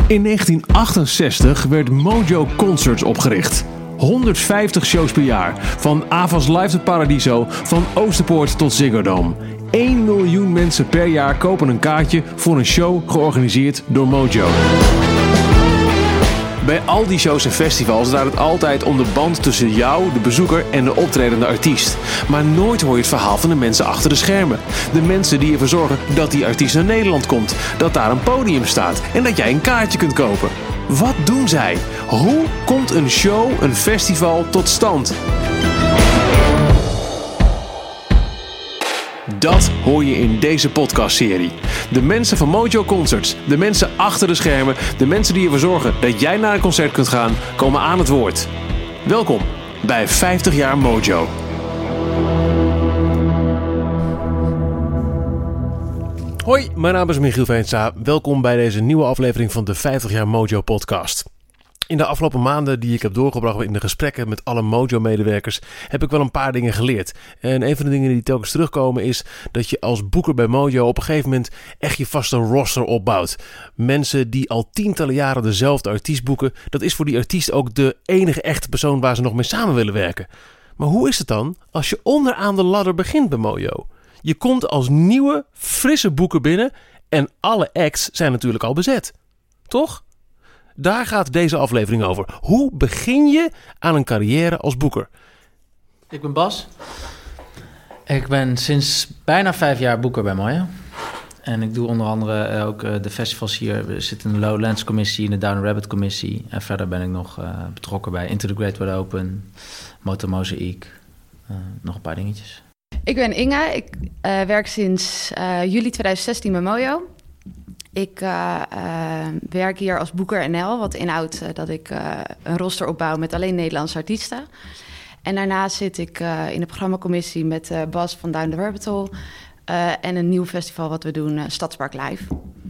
In 1968 werd Mojo Concerts opgericht. 150 shows per jaar. Van Avas Live tot Paradiso, van Oosterpoort tot Ziggo Dome. 1 miljoen mensen per jaar kopen een kaartje voor een show georganiseerd door Mojo. Bij al die shows en festivals draait het altijd om de band tussen jou, de bezoeker en de optredende artiest. Maar nooit hoor je het verhaal van de mensen achter de schermen. De mensen die ervoor zorgen dat die artiest naar Nederland komt, dat daar een podium staat en dat jij een kaartje kunt kopen. Wat doen zij? Hoe komt een show, een festival tot stand? Dat hoor je in deze podcastserie. De mensen van Mojo Concerts, de mensen achter de schermen, de mensen die ervoor zorgen dat jij naar een concert kunt gaan, komen aan het woord. Welkom bij 50 jaar Mojo. Hoi, mijn naam is Michiel Veenstra. Welkom bij deze nieuwe aflevering van de 50 jaar Mojo podcast. In de afgelopen maanden die ik heb doorgebracht in de gesprekken met alle Mojo-medewerkers heb ik wel een paar dingen geleerd. En een van de dingen die telkens terugkomen is dat je als boeker bij Mojo op een gegeven moment echt je vaste roster opbouwt. Mensen die al tientallen jaren dezelfde artiest boeken, dat is voor die artiest ook de enige echte persoon waar ze nog mee samen willen werken. Maar hoe is het dan als je onderaan de ladder begint bij Mojo? Je komt als nieuwe, frisse boeker binnen en alle acts zijn natuurlijk al bezet. Toch? Daar gaat deze aflevering over. Hoe begin je aan een carrière als boeker? Ik ben Bas. Ik ben sinds bijna 5 jaar boeker bij Mojo. En ik doe onder andere ook de festivals hier. We zitten in de Lowlands Commissie, in de Down Rabbit Commissie. En verder ben ik nog betrokken bij Into the Great Wide Open, Moto Mozaïek. Nog een paar dingetjes. Ik ben Inge. Ik werk sinds juli 2016 bij Mojo. Ik werk hier als boeker NL, wat inhoudt dat ik een roster opbouw met alleen Nederlandse artiesten. En daarnaast zit ik in de programmacommissie met Bas van Down the Rabbit Hole en een nieuw festival wat we doen, Stadspark Live.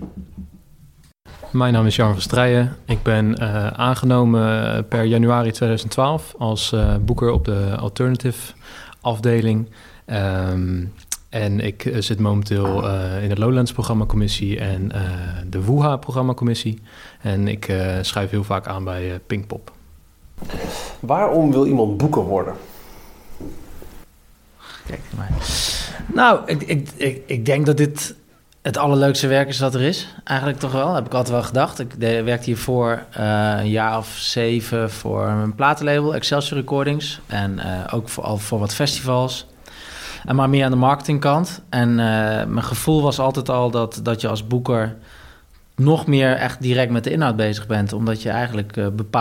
Mijn naam is Jan van Strijen. Ik ben aangenomen per januari 2012 als boeker op de Alternative afdeling. En ik zit momenteel in de Lowlands programmacommissie en de WUHA programmacommissie. En ik schuif heel vaak aan bij Pinkpop. Waarom wil iemand boeker worden? Kijk maar. Nou, ik denk dat dit het allerleukste werk is wat er is. Eigenlijk toch wel, heb ik altijd wel gedacht. Ik werkte hiervoor een jaar of 7 voor een platenlabel, Excelsior Recordings. En ook voor wat festivals. Maar meer aan de marketingkant. En mijn gevoel was altijd al dat je als boeker nog meer echt direct met de inhoud bezig bent. Omdat je eigenlijk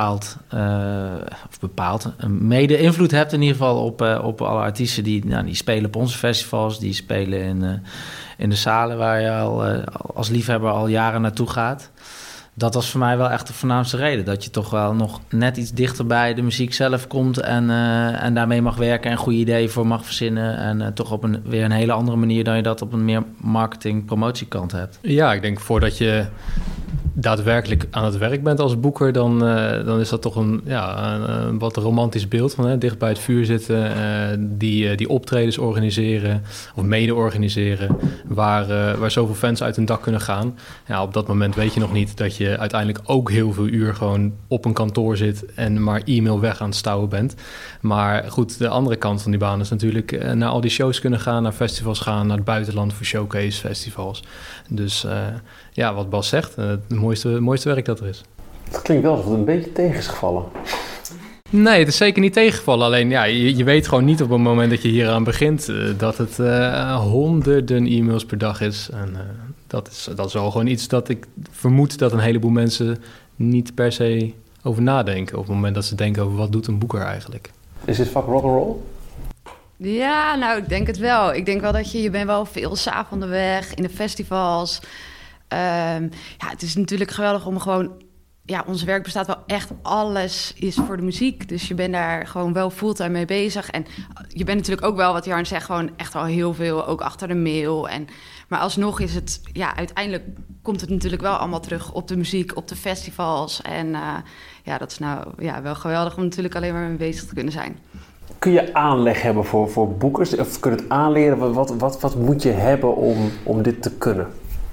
mede invloed hebt in ieder geval op alle artiesten die spelen op onze festivals. Die spelen in de zalen waar je als liefhebber al jaren naartoe gaat. Dat was voor mij wel echt de voornaamste reden. Dat je toch wel nog net iets dichter bij de muziek zelf komt en daarmee mag werken en goede ideeën voor mag verzinnen. En toch op weer een hele andere manier dan je dat op een meer marketing-promotiekant hebt. Ja, ik denk voordat je daadwerkelijk aan het werk bent als boeker, dan is dat toch een wat romantisch beeld van dicht bij het vuur zitten, die optredens organiseren of mede organiseren, waar zoveel fans uit hun dak kunnen gaan. Ja, op dat moment weet je nog niet dat je uiteindelijk ook heel veel uur gewoon op een kantoor zit en maar e-mail weg aan het stouwen bent. Maar goed, de andere kant van die baan is natuurlijk naar al die shows kunnen gaan, naar festivals gaan, naar het buitenland voor showcase festivals. Dus wat Bas zegt, het mooiste werk dat er is. Het klinkt wel alsof het een beetje tegen is gevallen. Nee, het is zeker niet tegengevallen. Alleen je weet gewoon niet op het moment dat je hieraan begint dat het honderden e-mails per dag is. En dat is wel gewoon iets dat ik vermoed dat een heleboel mensen niet per se over nadenken. Op het moment dat ze denken over wat doet een boeker eigenlijk. Is dit vak rock'n'roll? Ja, nou, ik denk het wel. Ik denk wel dat je bent wel veel 's avonds onderweg in de festivals. Het is natuurlijk geweldig om gewoon... Ja, ons werk bestaat wel echt, alles is voor de muziek. Dus je bent daar gewoon wel fulltime mee bezig. En je bent natuurlijk ook wel, wat Jarn zegt, gewoon echt wel heel veel, ook achter de mail. Maar alsnog is het, uiteindelijk komt het natuurlijk wel allemaal terug op de muziek, op de festivals. En dat is nou wel geweldig om natuurlijk alleen maar mee bezig te kunnen zijn. Kun je aanleg hebben voor boekers? Of kun je het aanleren? Wat moet je hebben om dit te kunnen?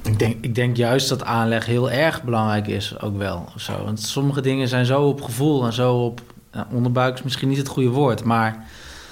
Ik denk juist dat aanleg heel erg belangrijk is, ook wel. Of zo. Want sommige dingen zijn zo op gevoel en zo op... onderbuik is misschien niet het goede woord, maar...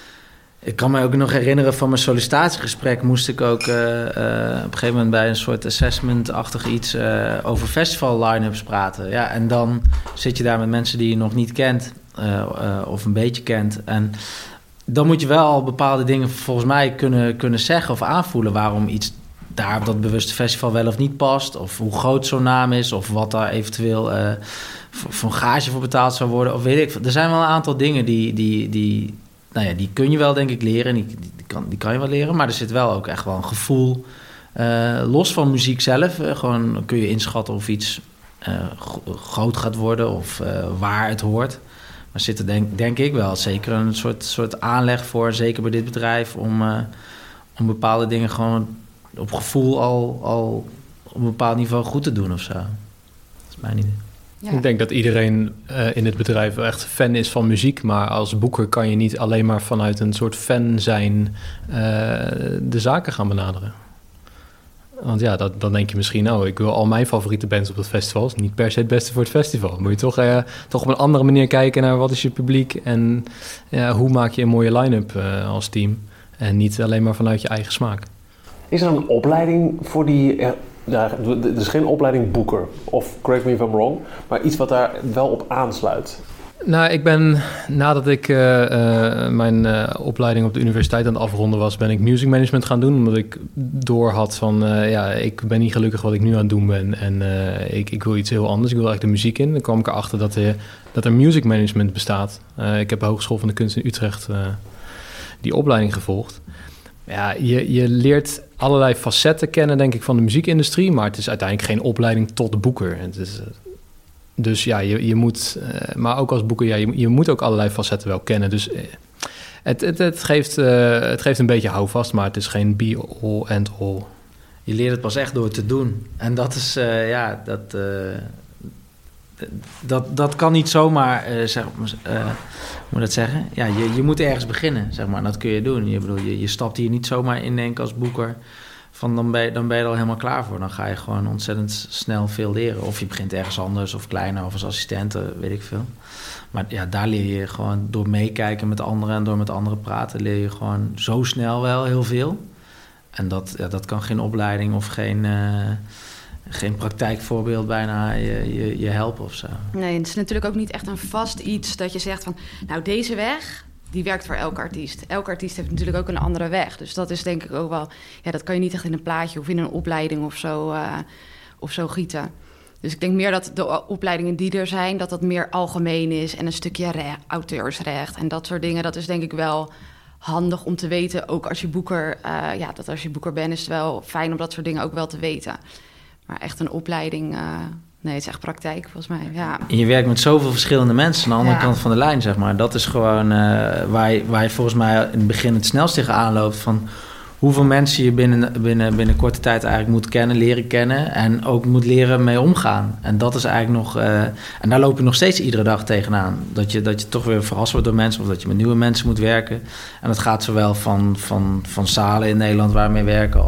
Ik kan me ook nog herinneren van mijn sollicitatiegesprek... moest ik ook op een gegeven moment bij een soort assessment-achtig iets... over festival line-ups praten. Ja, en dan zit je daar met mensen die je nog niet kent... of een beetje kent. En dan moet je wel al bepaalde dingen volgens mij kunnen zeggen of aanvoelen... waarom iets daar op dat bewuste festival wel of niet past... of hoe groot zo'n naam is... of wat daar eventueel voor een gage voor betaald zou worden... of weet ik. Er zijn wel een aantal dingen die kun je wel, denk ik, leren. Die kan je wel leren. Maar er zit wel ook echt wel een gevoel... los van muziek zelf. Gewoon kun je inschatten of iets groot gaat worden... of waar het hoort. Maar zit er denk ik wel zeker een soort aanleg voor... zeker bij dit bedrijf... om bepaalde dingen gewoon op gevoel al op een bepaald niveau goed te doen of zo. Dat is mijn idee. Ja. Ik denk dat iedereen in het bedrijf echt fan is van muziek... maar als boeker kan je niet alleen maar vanuit een soort fan zijn... de zaken gaan benaderen. Want ja, dan denk je misschien... ik wil al mijn favoriete bands op het festival... is niet per se het beste voor het festival. Moet je toch op een andere manier kijken naar wat is je publiek... en hoe maak je een mooie line-up als team... en niet alleen maar vanuit je eigen smaak. Is er een opleiding voor die... er is geen opleiding boeker, of correct me if I'm wrong... maar iets wat daar wel op aansluit. Nou, ik ben, nadat ik mijn opleiding op de universiteit aan het afronden was... ben ik music management gaan doen, omdat ik door had van... ik ben niet gelukkig wat ik nu aan het doen ben en ik wil iets heel anders. Ik wil eigenlijk de muziek in. Dan kwam ik erachter dat er music management bestaat. Ik heb de Hogeschool van de Kunst in Utrecht die opleiding gevolgd. Ja, je leert allerlei facetten kennen, denk ik, van de muziekindustrie... maar het is uiteindelijk geen opleiding tot boeker. Het is... Dus ja, je moet, maar ook als boeker, je moet ook allerlei facetten wel kennen. Dus het geeft een beetje houvast, maar het is geen be-all and all. Je leert het pas echt door te doen. En dat is, dat kan niet zomaar, hoe moet dat zeggen? Ja, je moet ergens beginnen, zeg maar. En dat kun je doen. Je stapt hier niet zomaar in, denk ik, als boeker... dan ben je er al helemaal klaar voor. Dan ga je gewoon ontzettend snel veel leren. Of je begint ergens anders of kleiner of als assistent, weet ik veel. Maar ja, daar leer je gewoon door meekijken met anderen... en door met anderen praten, leer je gewoon zo snel wel heel veel. En dat kan geen opleiding of geen praktijkvoorbeeld bijna je helpen of zo. Nee, het is natuurlijk ook niet echt een vast iets dat je zegt van... nou, deze weg... die werkt voor elke artiest. Elke artiest heeft natuurlijk ook een andere weg. Dus dat is denk ik ook wel... ja, dat kan je niet echt in een plaatje of in een opleiding of zo gieten. Dus ik denk meer dat de opleidingen die er zijn... dat meer algemeen is en een stukje auteursrecht... en dat soort dingen. Dat is denk ik wel handig om te weten. Ook als je boeker... dat als je boeker bent is het wel fijn om dat soort dingen ook wel te weten. Maar echt een opleiding... nee, het is echt praktijk, volgens mij, ja. En je werkt met zoveel verschillende mensen aan de andere kant van de lijn, zeg maar. Dat is gewoon waar je volgens mij in het begin het snelst tegenaan loopt... van hoeveel mensen je binnen korte tijd eigenlijk moet leren kennen... en ook moet leren mee omgaan. En dat is eigenlijk nog... en daar loop je nog steeds iedere dag tegenaan. Dat je toch weer verrast wordt door mensen... of dat je met nieuwe mensen moet werken. En dat gaat zowel van zalen in Nederland waar we mee werken...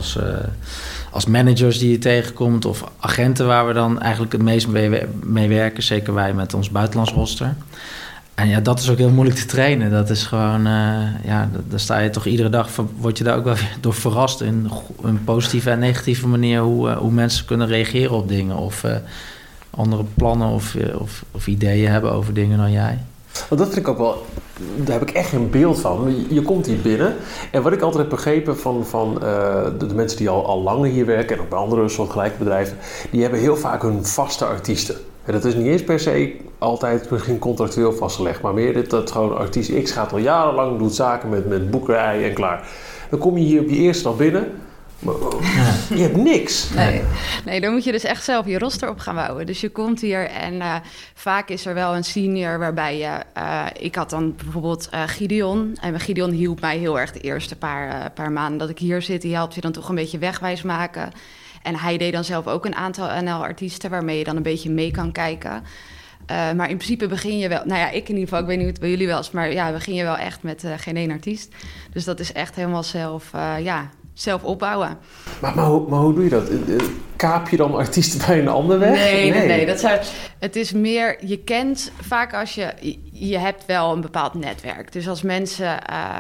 als managers die je tegenkomt of agenten waar we dan eigenlijk het meest mee werken. Zeker wij met ons buitenlands roster. En ja, dat is ook heel moeilijk te trainen. Dat is gewoon, daar sta je toch iedere dag, word je daar ook wel weer door verrast in een positieve en negatieve manier hoe mensen kunnen reageren op dingen of andere plannen of ideeën hebben over dingen dan jij. Want dat vind ik ook wel, daar heb ik echt geen beeld van. Je komt hier binnen en wat ik altijd heb begrepen van de mensen die al langer hier werken... en ook bij andere soortgelijke bedrijven... die hebben heel vaak hun vaste artiesten. En dat is niet eens per se altijd misschien contractueel vastgelegd... maar meer dat gewoon artiest X gaat al jarenlang, doet zaken met boekerij en klaar. Dan kom je hier op je eerste dag binnen... maar je hebt niks. Nee, dan moet je dus echt zelf je roster op gaan bouwen. Dus je komt hier en vaak is er wel een senior waarbij je... ik had dan bijvoorbeeld Gideon. En Gideon hielp mij heel erg de eerste paar maanden dat ik hier zit. Die helpt je dan toch een beetje wegwijs maken. En hij deed dan zelf ook een aantal NL-artiesten... waarmee je dan een beetje mee kan kijken. Maar in principe begin je wel... Nou ja, ik in ieder geval, ik weet niet hoe het bij jullie was... maar ja, begin je wel echt met geen één artiest. Dus dat is echt helemaal zelf opbouwen. Maar hoe doe je dat? Kaap je dan artiesten bij een ander weg? Nee. Het is meer, je kent vaak als je hebt wel een bepaald netwerk. Dus als mensen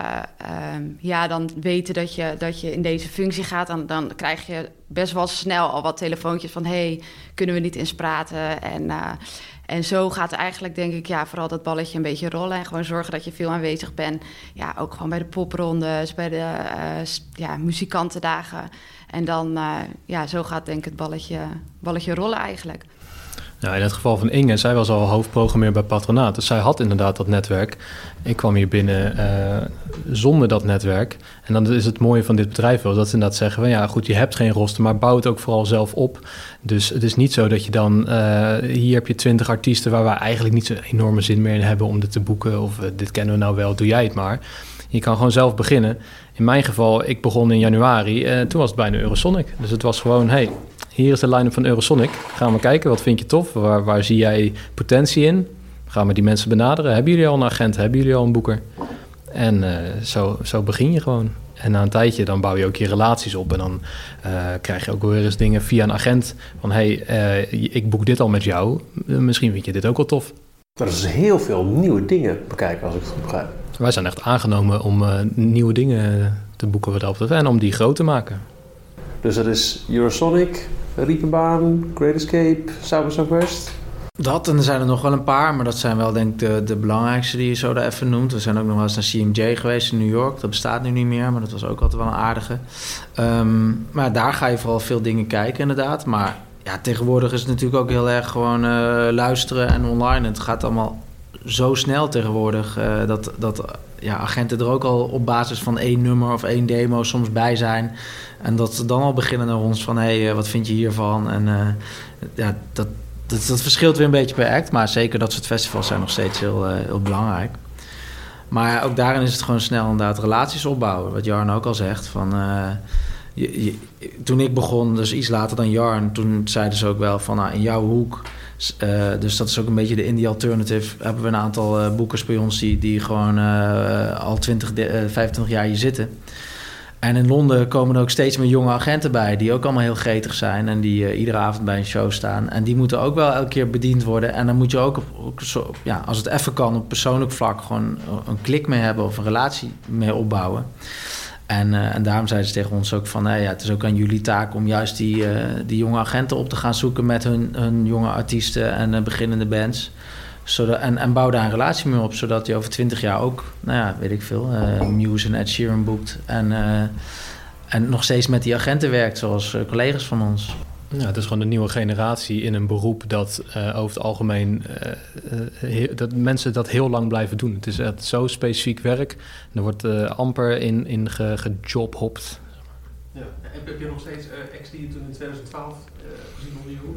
dan weten dat je in deze functie gaat, dan krijg je best wel snel al wat telefoontjes van hey, kunnen we niet eens praten? En zo gaat eigenlijk, denk ik, vooral dat balletje een beetje rollen. En gewoon zorgen dat je veel aanwezig bent. Ja, ook gewoon bij de poprondes, bij de muzikantendagen. En dan, zo gaat denk ik het balletje rollen eigenlijk. Nou, in het geval van Inge, zij was al hoofdprogrammeur bij Patronaat. Dus zij had inderdaad dat netwerk. Ik kwam hier binnen zonder dat netwerk. En dan is het mooie van dit bedrijf wel dat ze inderdaad zeggen van goed, je hebt geen roster, maar bouw het ook vooral zelf op. Dus het is niet zo dat je dan, hier heb je 20 artiesten waar we eigenlijk niet zo'n enorme zin meer in hebben om dit te boeken. Of dit kennen we nou wel, doe jij het maar. Je kan gewoon zelf beginnen. In mijn geval, ik begon in januari, toen was het bijna Eurosonic. Dus het was gewoon, hier is de line-up van Eurosonic. Gaan we kijken, wat vind je tof? Waar zie jij potentie in? Gaan we die mensen benaderen? Hebben jullie al een agent? Hebben jullie al een boeker? En zo begin je gewoon. En na een tijdje dan bouw je ook je relaties op. En dan krijg je ook weer eens dingen via een agent. Van ik boek dit al met jou. Misschien vind je dit ook wel tof. Dat is heel veel nieuwe dingen bekijken, als ik het goed begrijp. Wij zijn echt aangenomen om nieuwe dingen te boeken wat dat betreft. En om die groot te maken. Dus dat is Eurosonic, Riepenbaan, Great Escape, South by Southwest. Dat, en er zijn er nog wel een paar, maar dat zijn wel denk ik de belangrijkste die je zo daar even noemt. We zijn ook nog wel eens naar CMJ geweest in New York. Dat bestaat nu niet meer, maar dat was ook altijd wel een aardige. Maar daar ga je vooral veel dingen kijken inderdaad. Maar tegenwoordig is het natuurlijk ook heel erg gewoon luisteren en online. Het gaat allemaal zo snel tegenwoordig dat agenten er ook al op basis van 1 nummer of 1 demo soms bij zijn. En dat ze dan al beginnen naar ons van wat vind je hiervan? En dat verschilt weer een beetje per act. Maar zeker dat soort festivals zijn nog steeds heel belangrijk. Maar ook daarin is het gewoon snel inderdaad relaties opbouwen. Wat Jarn ook al zegt. Van, toen ik begon, dus iets later dan Jarn, toen zeiden ze ook wel van in jouw hoek. Dus dat is ook een beetje de indie alternative. Hebben we een aantal boekers bij ons die gewoon al 25 jaar hier zitten. En in Londen komen er ook steeds meer jonge agenten bij, die ook allemaal heel gretig zijn en die iedere avond bij een show staan. En die moeten ook wel elke keer bediend worden. En dan moet je ook als het even kan, op persoonlijk vlak gewoon een klik mee hebben of een relatie mee opbouwen. En daarom zeiden ze tegen ons ook van, het is ook aan jullie taak om juist die jonge agenten op te gaan zoeken met hun jonge artiesten en beginnende bands. En bouw daar een relatie mee op, zodat je over 20 jaar ook, weet ik veel, Muse en Ed Sheeran boekt. En nog steeds met die agenten werkt, zoals collega's van ons. Ja, het is gewoon een nieuwe generatie in een beroep dat over het algemeen dat mensen dat heel lang blijven doen. Het is echt zo specifiek werk. Er wordt amper in gejobhopt. Ja. Heb je nog steeds acts die je toen in 2012 gezien onder je hoede?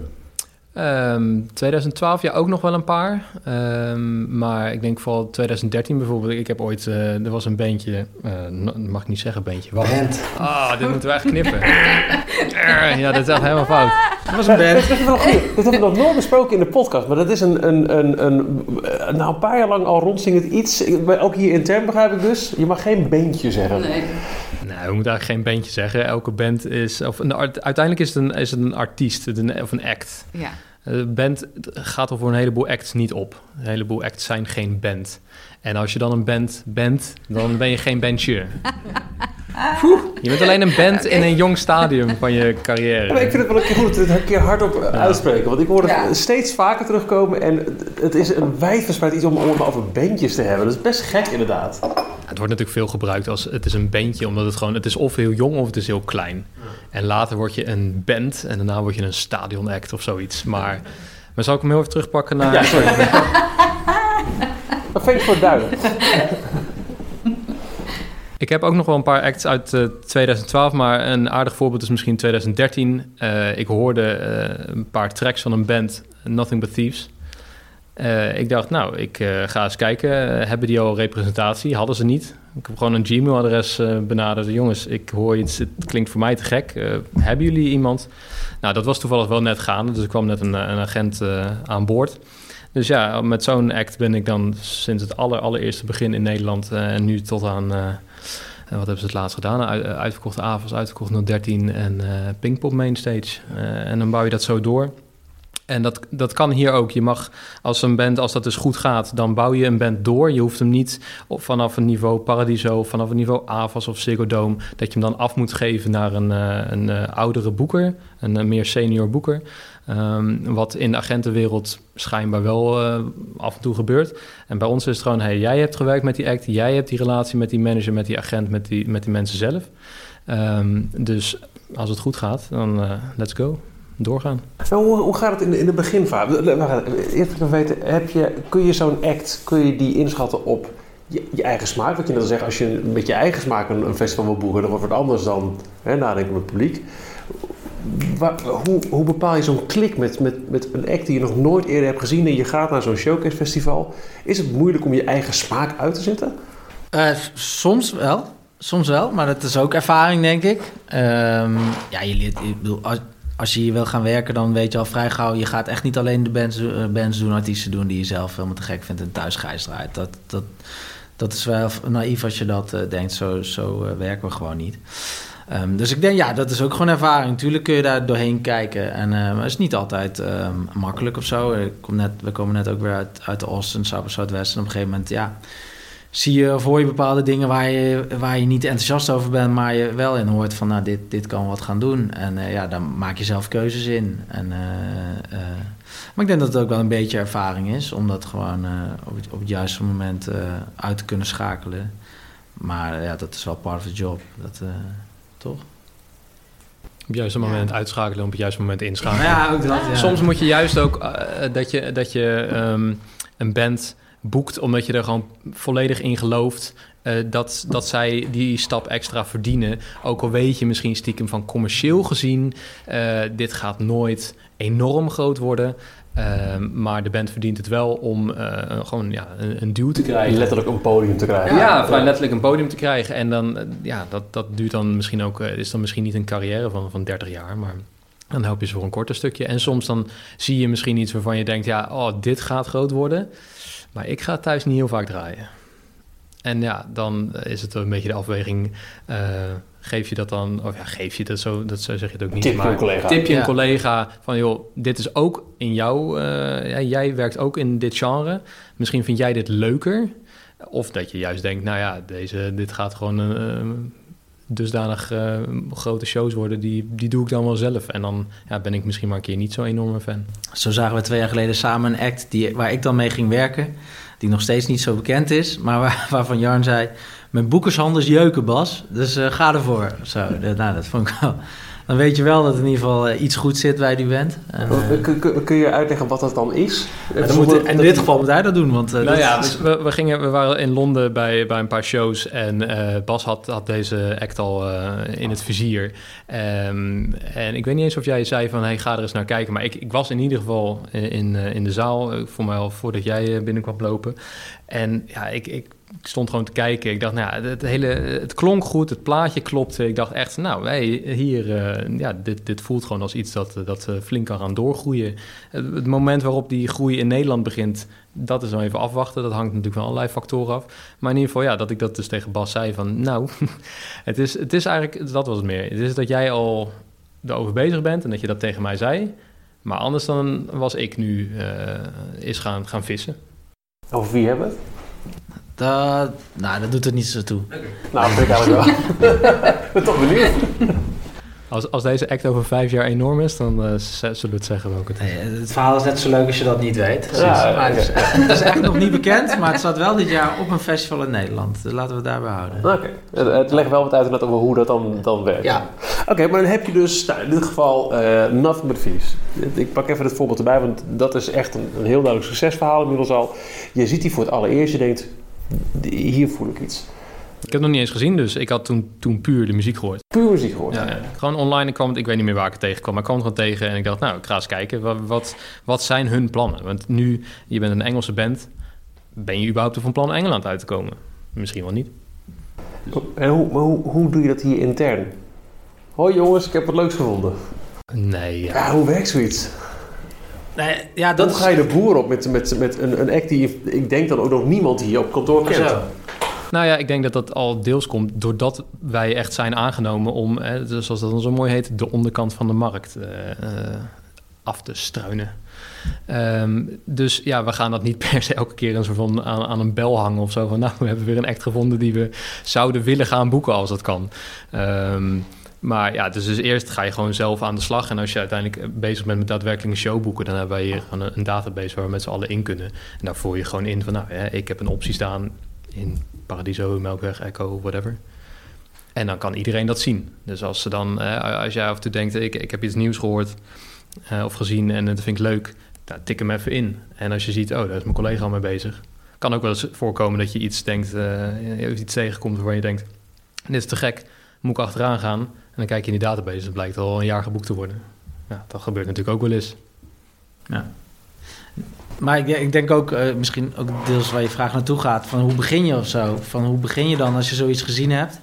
2012, ook nog wel een paar. Maar ik denk vooral 2013 bijvoorbeeld. Ik heb ooit, er was een bandje, mag ik niet zeggen bandje. Band. Dit moeten we echt knippen. Ja, dat is echt helemaal fout. Dat was een band. Dat hebben we nog nooit besproken in de podcast. Maar dat is een paar jaar lang al rondzingend iets. Ook hier intern begrijp ik dus. Je mag geen bandje zeggen. Nee. Nou, we moeten eigenlijk geen bandje zeggen. Elke band is... uiteindelijk is het een artiest of een act. Ja. De band gaat er voor een heleboel acts niet op. Een heleboel acts zijn geen band. En als je dan een band bent, dan ben je geen bandje. Je bent alleen een band in een jong stadium van je carrière. Maar ik vind het wel een keer goed, een keer hardop uitspreken. Want ik hoor het steeds vaker terugkomen. En het is een wijdverspreid iets om over bandjes te hebben. Dat is best gek inderdaad. Het wordt natuurlijk veel gebruikt als het is een bandje. Omdat het is of heel jong of het is heel klein. En later word je een band en daarna word je een stadionact of zoiets. Maar zal ik hem heel even terugpakken naar... Ja, sorry. Thanks voor het duiden. Ik heb ook nog wel een paar acts uit 2012, maar een aardig voorbeeld is misschien 2013. Ik hoorde een paar tracks van een band, Nothing But Thieves. Ik dacht, ik ga eens kijken. Hebben die al representatie? Hadden ze niet. Ik heb gewoon een Gmail-adres benaderd. Jongens, ik hoor iets, het klinkt voor mij te gek. Hebben jullie iemand? Nou, dat was toevallig wel net gaande, dus ik kwam net een agent aan boord. Dus ja, met zo'n act ben ik dan sinds het allereerste begin in Nederland en nu tot aan wat hebben ze het laatst gedaan? Uitverkochte avonds, uitverkocht 013 en Pinkpop Mainstage. En dan bouw je dat zo door. En dat kan hier ook. Je mag als een band, als dat dus goed gaat, dan bouw je een band door. Je hoeft hem niet vanaf een niveau Paradiso, vanaf een niveau Avas of Ziggo Dome, dat je hem dan af moet geven naar een oudere boeker, een meer senior boeker. Wat in de agentenwereld schijnbaar wel af en toe gebeurt. En bij ons is het gewoon, hey, jij hebt gewerkt met die act, jij hebt die relatie met die manager, met die agent, met die mensen zelf. Dus als het goed gaat, dan let's go. Doorgaan. Hoe gaat het in de beginfase? Eerst wil ik weten, kun je zo'n act, die inschatten op je eigen smaak? Wat je net al zegt, als je met je eigen smaak een festival wil boeken, dan wordt het anders dan nadenken met het publiek. Hoe bepaal je zo'n klik met een act die je nog nooit eerder hebt gezien en je gaat naar zo'n showcase festival? Is het moeilijk om je eigen smaak uit te zetten? Soms wel, maar dat is ook ervaring, denk ik. Als je hier wil gaan werken, dan weet je al vrij gauw, je gaat echt niet alleen de bands doen, artiesten doen die je zelf helemaal te gek vindt en thuis ga je eruit. Dat is wel naïef als je dat denkt, zo werken we gewoon niet. Dus ik denk, dat is ook gewoon ervaring. Tuurlijk kun je daar doorheen kijken. Maar het is niet altijd makkelijk of zo. We komen net ook weer uit de Austin, Zuidwest. En op een gegeven moment, zie je of hoor je bepaalde dingen waar je niet enthousiast over bent, maar je wel in hoort van, dit kan wat gaan doen. En dan maak je zelf keuzes in. Maar ik denk dat het ook wel een beetje ervaring is, om dat gewoon op het juiste moment uit te kunnen schakelen. Maar dat is wel part of the job. Toch? Op het juiste moment uitschakelen, op het juiste moment inschakelen. Ja, ook dat. Ja. Soms moet je juist ook dat je een band boekt, omdat je er gewoon volledig in gelooft dat zij die stap extra verdienen. Ook al weet je misschien stiekem van commercieel gezien, dit gaat nooit enorm groot worden. Maar de band verdient het wel om een duw te krijgen. Letterlijk een podium te krijgen. Ja, vrij letterlijk een podium te krijgen. En dan, dat duurt dan misschien ook, is dan misschien niet een carrière van 30 jaar, maar dan help je ze voor een korter stukje. En soms dan zie je misschien iets waarvan je denkt, dit gaat groot worden. Maar ik ga thuis niet heel vaak draaien. En dan is het een beetje de afweging. Geef je dat dan, geef je dat zo zeg je het ook niet. Tipje een collega van, joh, dit is ook in jou. Jij werkt ook in dit genre. Misschien vind jij dit leuker. Of dat je juist denkt, dit gaat gewoon dusdanig grote shows worden. Die doe ik dan wel zelf. En dan ben ik misschien maar een keer niet zo'n enorme fan. Zo zagen we 2 jaar geleden samen een act waar ik dan mee ging werken, die nog steeds niet zo bekend is, maar waarvan Jarn zei, mijn boekershanden jeuken, Bas, dus ga ervoor. Zo, dat vond ik wel. Dan weet je wel dat in ieder geval iets goed zit bij die band. Kun je uitleggen wat dat dan is? In dit geval moet hij dat doen. Want, we waren in Londen bij een paar shows en Bas had deze act al in het vizier. En ik weet niet eens of jij zei van, hey, ga er eens naar kijken. Maar ik was in ieder geval in de zaal, voor mij al voordat jij binnen kwam lopen. En ik stond gewoon te kijken. Ik dacht, het klonk goed, het plaatje klopte. Ik dacht echt, dit voelt gewoon als iets dat flink kan gaan doorgroeien. Het moment waarop die groei in Nederland begint, dat is dan even afwachten. Dat hangt natuurlijk van allerlei factoren af. Maar in ieder geval, dat ik dat dus tegen Bas zei van, het is eigenlijk, dat was het meer. Het is dat jij al erover bezig bent en dat je dat tegen mij zei. Maar anders dan was ik nu eens gaan vissen. Over wie hebben we het? Dat doet er niet zo toe. Okay. Nou, dat vind ik eigenlijk wel. Ik ben toch benieuwd. Als deze act over 5 jaar enorm is, dan zullen we het zeggen welke het is. Het verhaal is net zo leuk als je dat niet weet. Het is echt nog niet bekend, maar het staat wel dit jaar op een festival in Nederland. Dus laten we het daarbij houden. Oké. Het legt wel wat uit over hoe dat dan werkt. Ja. Oké, maar dan heb je dus in dit geval Nothing But Thieves. Ik pak even het voorbeeld erbij, want dat is echt een heel duidelijk succesverhaal inmiddels al. Je ziet die voor het allereerst, je denkt, hier voel ik iets. Ik heb het nog niet eens gezien, dus ik had toen puur de muziek gehoord. Puur muziek gehoord? Ja. Gewoon online, ik weet niet meer waar ik het tegenkwam, maar ik kwam het gewoon tegen en ik dacht, ik ga eens kijken, wat zijn hun plannen? Want nu, je bent een Engelse band, ben je überhaupt van plan Engeland uit te komen? Misschien wel niet. En hoe doe je dat hier intern? Hoi jongens, ik heb wat leuks gevonden. Nee, ja. Hoe werkt zoiets? Nee, Hoe ga je de boer op met een act die ik denk dan ook nog niemand hier op kantoor kent? Nou ja, ik denk dat dat al deels komt doordat wij echt zijn aangenomen om, zoals dat dan zo mooi heet, de onderkant van de markt af te struinen. Dus ja, we gaan dat niet per se elke keer een soort van aan een bel hangen of zo. Van nou, we hebben weer een act gevonden die we zouden willen gaan boeken als dat kan. Maar ja, dus eerst ga je gewoon zelf aan de slag. En als je uiteindelijk bezig bent met daadwerkelijk een show boeken, dan hebben wij hier gewoon een database waar we met z'n allen in kunnen. En daar voer je gewoon in van, nou, ik heb een optie staan in Paradiso, Melkweg, Echo, whatever. En dan kan iedereen dat zien. Dus als jij af en toe denkt, ik heb iets nieuws gehoord of gezien en dat vind ik leuk, nou, tik hem even in. En als je ziet, daar is mijn collega al mee bezig. Kan ook wel eens voorkomen dat je iets denkt, iets tegenkomt waar je denkt, dit is te gek, moet ik achteraan gaan. En dan kijk je in die database, het blijkt al een jaar geboekt te worden. Ja, dat gebeurt natuurlijk ook wel eens. Ja. Maar ik denk ook, misschien ook deels waar je vraag naartoe gaat, van hoe begin je of zo? Van hoe begin je dan als je zoiets gezien hebt?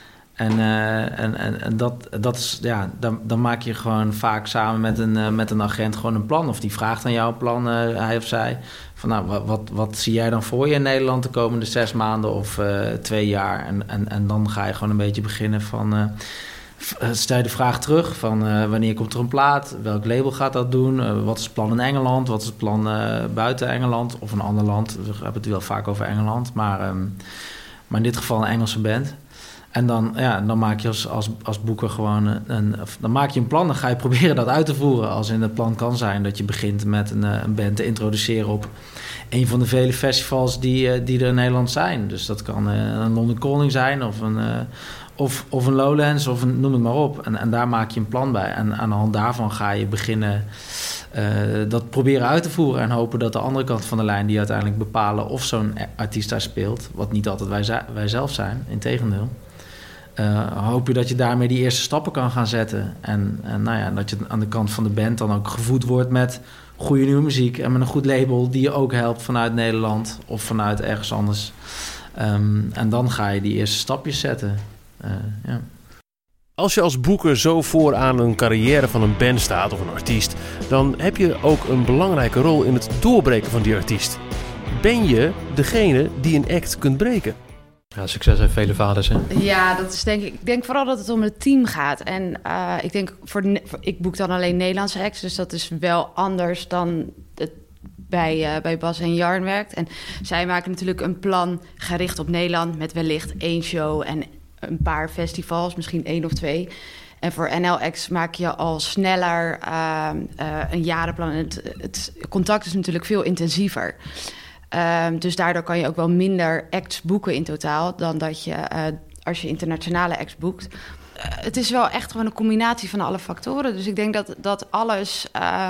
En dat is, ja, dan maak je gewoon vaak samen met een agent gewoon een plan. Of die vraagt aan jou een plan, hij of zij. Van nou, wat zie jij dan voor je in Nederland de komende 6 maanden of 2 jaar? En dan ga je gewoon een beetje beginnen van, stel je de vraag terug van wanneer komt er een plaat? Welk label gaat dat doen? Wat is het plan in Engeland? Wat is het plan buiten Engeland of een ander land? We hebben het wel vaak over Engeland, maar in dit geval een Engelse band. En dan maak je als boeker gewoon dan maak je een plan. Dan ga je proberen dat uit te voeren. Als in het plan kan zijn dat je begint met een band te introduceren op een van de vele festivals die er in Nederland zijn. Dus dat kan een London Calling zijn of een Lowlands of noem het maar op. En daar maak je een plan bij. En aan de hand daarvan ga je beginnen dat proberen uit te voeren en hopen dat de andere kant van de lijn die uiteindelijk bepalen of zo'n artiest daar speelt, wat niet altijd wij zelf zijn, integendeel. Hoop je dat je daarmee die eerste stappen kan gaan zetten. En nou ja, dat je aan de kant van de band dan ook gevoed wordt met goede nieuwe muziek en met een goed label die je ook helpt vanuit Nederland of vanuit ergens anders. En dan ga je die eerste stapjes zetten. Ja. Als je als boeker zo vooraan een carrière van een band staat of een artiest, dan heb je ook een belangrijke rol in het doorbreken van die artiest. Ben je degene die een act kunt breken? Ja, succes heeft vele vaders, hè? Ja, dat is denk ik denk vooral dat het om het team gaat. En ik denk, ik boek dan alleen Nederlandse acts, dus dat is wel anders dan het bij Bas en Jarn werkt. En zij maken natuurlijk een plan gericht op Nederland met wellicht 1 show en een paar festivals, misschien 1 of 2. En voor NLX maak je al sneller een jarenplan. Het contact is natuurlijk veel intensiever. Dus daardoor kan je ook wel minder acts boeken in totaal dan dat je als je internationale acts boekt. Het is wel echt gewoon een combinatie van alle factoren. Dus ik denk dat alles...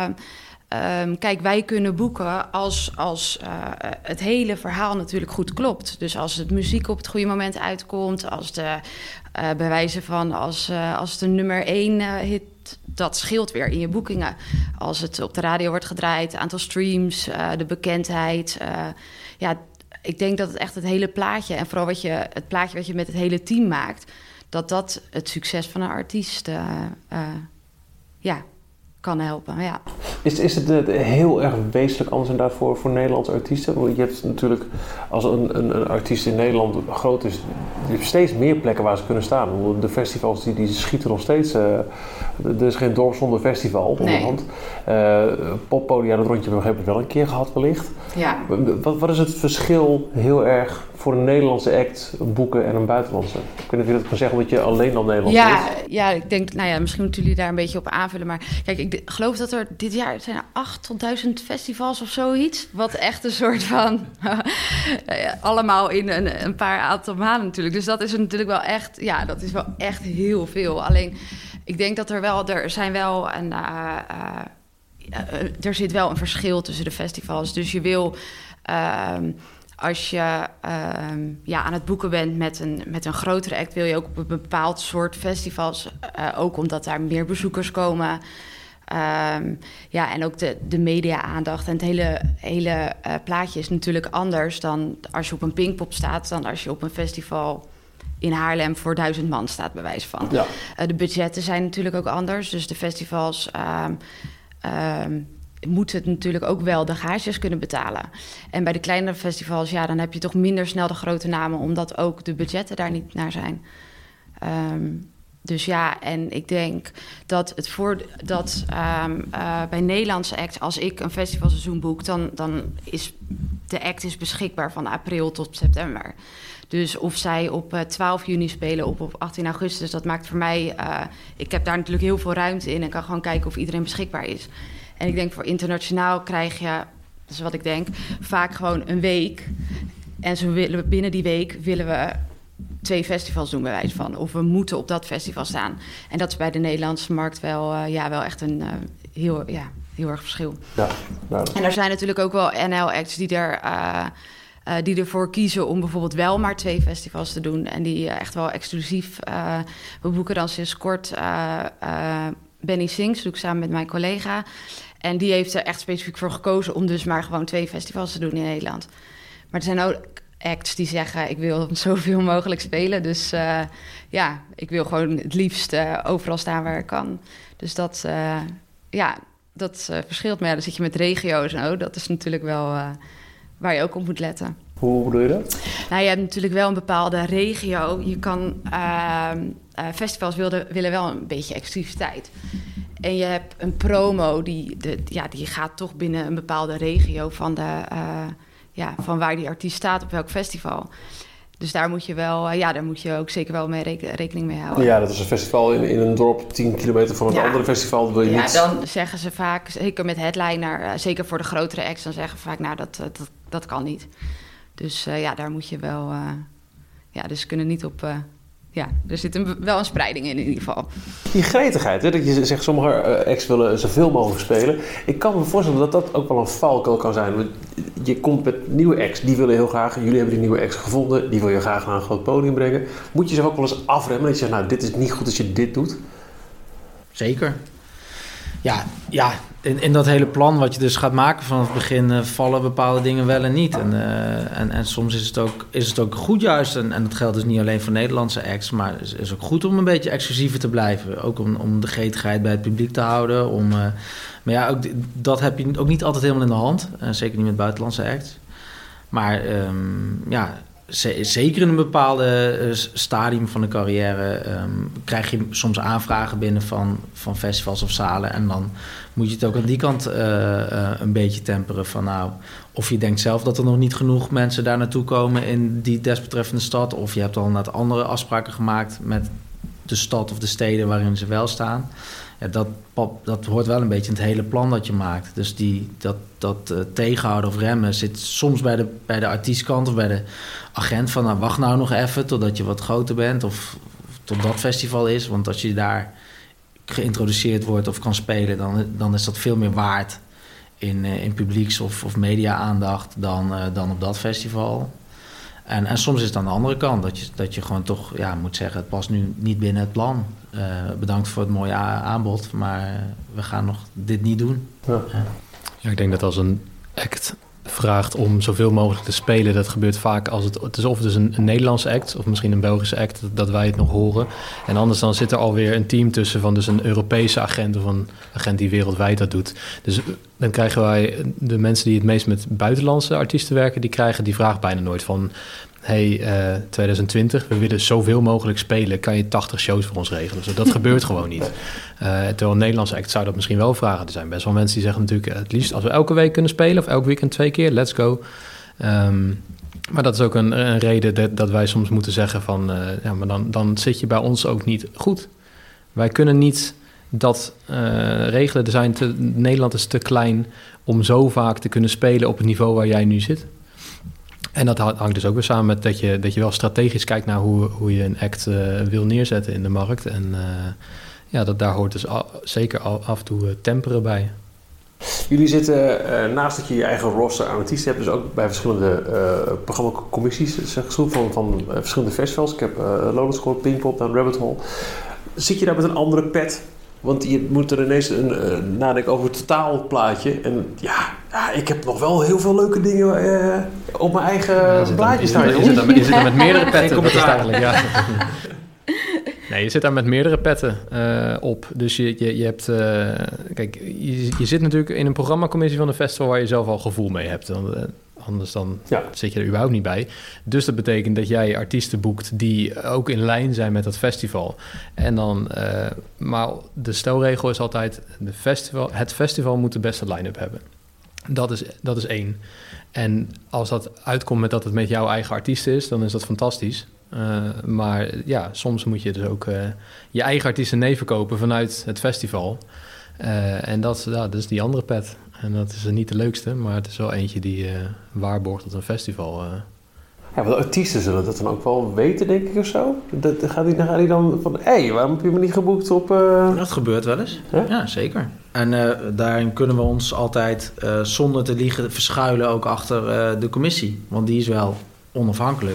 kijk, wij kunnen boeken als het hele verhaal natuurlijk goed klopt. Dus als het muziek op het goede moment uitkomt, als de bewijzen van als de nummer 1 hit, dat scheelt weer in je boekingen. Als het op de radio wordt gedraaid, het aantal streams, de bekendheid. Ja, ik denk dat het echt het hele plaatje en vooral het plaatje wat je met het hele team maakt, dat het succes van een artiest kan helpen. Ja. Is het heel erg wezenlijk anders inderdaad voor Nederlandse artiesten? Want je hebt natuurlijk, als een artiest in Nederland groot is, je hebt steeds meer plekken waar ze kunnen staan. De festivals die schieten nog steeds. Er is geen dorp zonder festival onderhand. Poppodia, dat rondje hebben we wel een keer gehad wellicht. Ja. Wat is het verschil heel erg voor een Nederlandse act boeken en een buitenlandse? Ik weet niet of je dat kan zeggen, omdat je alleen al Nederlands is. Ja, ik denk, misschien moeten jullie daar een beetje op aanvullen. Maar kijk, ik geloof dat er dit jaar zijn 8 tot 1000 festivals of zoiets. Wat echt een soort van allemaal in een paar aantal maanden natuurlijk. Dus dat is natuurlijk wel echt, dat is wel echt heel veel. Alleen, ik denk dat er zit wel een verschil tussen de festivals. Dus je wil, als je aan het boeken bent met een grotere act, wil je ook op een bepaald soort festivals, ook omdat daar meer bezoekers komen. En ook de media-aandacht en het hele plaatje is natuurlijk anders dan als je op een Pinkpop staat, dan als je op een festival in Haarlem voor 1000 man staat, bij wijze van. Ja. De budgetten zijn natuurlijk ook anders. Dus de festivals moet het natuurlijk ook wel de gages kunnen betalen. En bij de kleinere festivals, dan heb je toch minder snel de grote namen, omdat ook de budgetten daar niet naar zijn. Dus en ik denk dat bij Nederlandse acts, als ik een festivalseizoen boek, dan is de act beschikbaar van april tot september. Dus of zij op 12 juni spelen of op 18 augustus, dat maakt voor mij... ik heb daar natuurlijk heel veel ruimte in en kan gewoon kijken of iedereen beschikbaar is. En ik denk voor internationaal krijg je, dat is wat ik denk, vaak gewoon een week. En binnen die week willen we 2 festivals doen, bij wijze van. Of we moeten op dat festival staan. En dat is bij de Nederlandse markt wel echt een heel erg verschil. Ja, en er zijn natuurlijk ook wel NL-acts die ervoor kiezen om bijvoorbeeld wel maar 2 festivals te doen. En die echt wel exclusief... we boeken dan sinds kort Benny Sings, doe ik samen met mijn collega. En die heeft er echt specifiek voor gekozen om dus maar gewoon 2 festivals te doen in Nederland. Maar er zijn ook acts die zeggen, ik wil zoveel mogelijk spelen. Dus ik wil gewoon het liefst overal staan waar ik kan. Dus dat verschilt. Maar dan zit je met regio's en dat is natuurlijk wel waar je ook op moet letten. Hoe bedoel je dat? Nou, je hebt natuurlijk wel een bepaalde regio. Je kan... festivals willen wel een beetje exclusiviteit. En je hebt een promo die gaat toch binnen een bepaalde regio van waar die artiest staat op welk festival. Dus daar moet je wel, daar moet je ook zeker wel mee rekening mee houden. Ja, dat is een festival in een dorp 10 kilometer van het andere festival. Dat wil je niet. Dan zeggen ze vaak, zeker met headliner, zeker voor de grotere acts, dan zeggen ze vaak, dat kan niet. Dus daar moet je wel, dus kunnen niet op... er zit wel een spreiding in ieder geval. Die gretigheid, dat je zegt sommige acts willen zoveel mogelijk spelen. Ik kan me voorstellen dat dat ook wel een valkuil kan zijn. Je komt met nieuwe acts, die willen heel graag. Jullie hebben die nieuwe acts gevonden, die wil je graag naar een groot podium brengen. Moet je ze ook wel eens afremmen dat je zegt, nou, dit is niet goed als je dit doet? Zeker. Ja, in dat hele plan wat je dus gaat maken vanaf het begin vallen bepaalde dingen wel en niet. En soms is het ook goed juist, en dat geldt dus niet alleen voor Nederlandse acts, maar het is ook goed om een beetje exclusiever te blijven. Ook om de gretigheid bij het publiek te houden. Maar ook dat heb je ook niet altijd helemaal in de hand. Zeker niet met buitenlandse acts. Maar zeker in een bepaalde stadium van de carrière krijg je soms aanvragen binnen van festivals of zalen. En dan moet je het ook aan die kant een beetje temperen van of je denkt zelf dat er nog niet genoeg mensen daar naartoe komen in die desbetreffende stad. Of je hebt al net andere afspraken gemaakt met de stad of de steden waarin ze wel staan. Ja, dat hoort wel een beetje in het hele plan dat je maakt. Dus dat tegenhouden of remmen zit soms bij de artiestkant of bij de agent van... wacht nou nog even totdat je wat groter bent of tot dat festival is. Want als je daar geïntroduceerd wordt of kan spelen... dan is dat veel meer waard in publieks- of media-aandacht dan op dat festival. En soms is het aan de andere kant dat je gewoon toch moet zeggen... het past nu niet binnen het plan. Bedankt voor het mooie aanbod, maar we gaan nog dit niet doen. Ja, ik denk dat als een act vraagt om zoveel mogelijk te spelen... dat gebeurt vaak als het is of dus een Nederlandse act... of misschien een Belgische act, dat wij het nog horen. En anders dan zit er alweer een team tussen... van dus een Europese agent of een agent die wereldwijd dat doet. Dus dan krijgen wij de mensen die het meest met buitenlandse artiesten werken... die krijgen die vraag bijna nooit van... 2020, we willen zoveel mogelijk spelen. Kan je 80 shows voor ons regelen? Dus dat gebeurt gewoon niet. Terwijl een Nederlandse act zou dat misschien wel vragen. Er zijn best wel mensen die zeggen natuurlijk... het liefst als we elke week kunnen spelen... of elk weekend 2 keer, let's go. Maar dat is ook een reden dat wij soms moeten zeggen van... maar dan zit je bij ons ook niet goed. Wij kunnen niet dat regelen. Nederland is te klein om zo vaak te kunnen spelen... op het niveau waar jij nu zit. En dat hangt dus ook weer samen met dat je wel strategisch kijkt naar hoe je een act wil neerzetten in de markt. En daar hoort dus zeker af en toe temperen bij. Jullie zitten, naast dat je je eigen roster aan artiesten hebt, dus ook bij verschillende programmacommissies van verschillende festivals. Ik heb Lowlands gehoord, Pinkpop, dan Rabbit Hole. Zit je daar met een andere pet? Want je moet er ineens nadenken over het totaalplaatje. En ik heb nog wel heel veel leuke dingen op mijn eigen blaadje staan. Je zit er met meerdere petten. Dat is eigenlijk, Nee, je zit daar met meerdere petten op. Dus je hebt... kijk, je zit natuurlijk in een programmacommissie van een festival waar je zelf al gevoel mee hebt. Anders dan zit je er überhaupt niet bij. Dus dat betekent dat jij artiesten boekt die ook in lijn zijn met dat festival. En dan... maar de stelregel is altijd... Het festival moet de beste line-up hebben. Dat is 1. En als dat uitkomt met dat het met jouw eigen artiest is... dan is dat fantastisch. Maar ja, soms moet je dus ook je eigen artiesten neerverkopen vanuit het festival. En dat is die andere pet. En dat is niet de leukste, maar het is wel eentje die waarborgt dat een festival... Ja, want de artiesten zullen dat dan ook wel weten, denk ik, of zo? Gaat die dan van, waarom heb je me niet geboekt op... Dat gebeurt wel eens. Huh? Ja, zeker. En daarin kunnen we ons altijd zonder te liegen verschuilen ook achter de commissie. Want die is wel onafhankelijk.